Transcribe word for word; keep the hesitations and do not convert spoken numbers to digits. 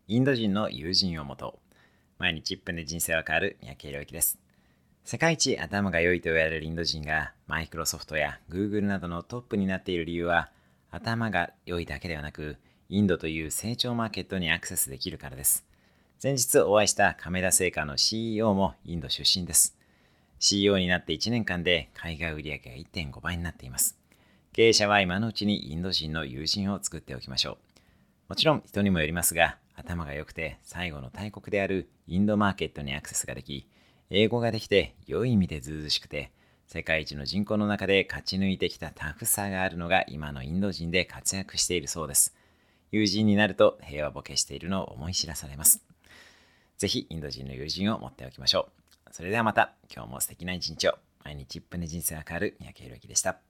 インド人の友人を持とう。毎日いっぷんで人生は変わる三宅宏之です。世界一頭が良いと言われるインド人がマイクロソフトや Google などのトップになっている理由は、頭が良いだけではなく、インドという成長マーケットにアクセスできるからです。先日お会いした亀田製菓の シーイーオー もインド出身です。シーイーオー になっていちねんかんで海外売上が いってんご 倍になっています。経営者は今のうちにインド人の友人を作っておきましょう。もちろん人にもよりますが、頭が良くて最後の大国であるインドマーケットにアクセスができ、英語ができて良い意味でずうずしくて、世界一の人口の中で勝ち抜いてきたタフさがあるのが今のインド人で活躍しているそうです。友人になると平和ボケしているのを思い知らされます。ぜひインド人の友人を持っておきましょう。それではまた、今日も素敵な一日を。毎日いっぷんで人生が変わる三宅宏之でした。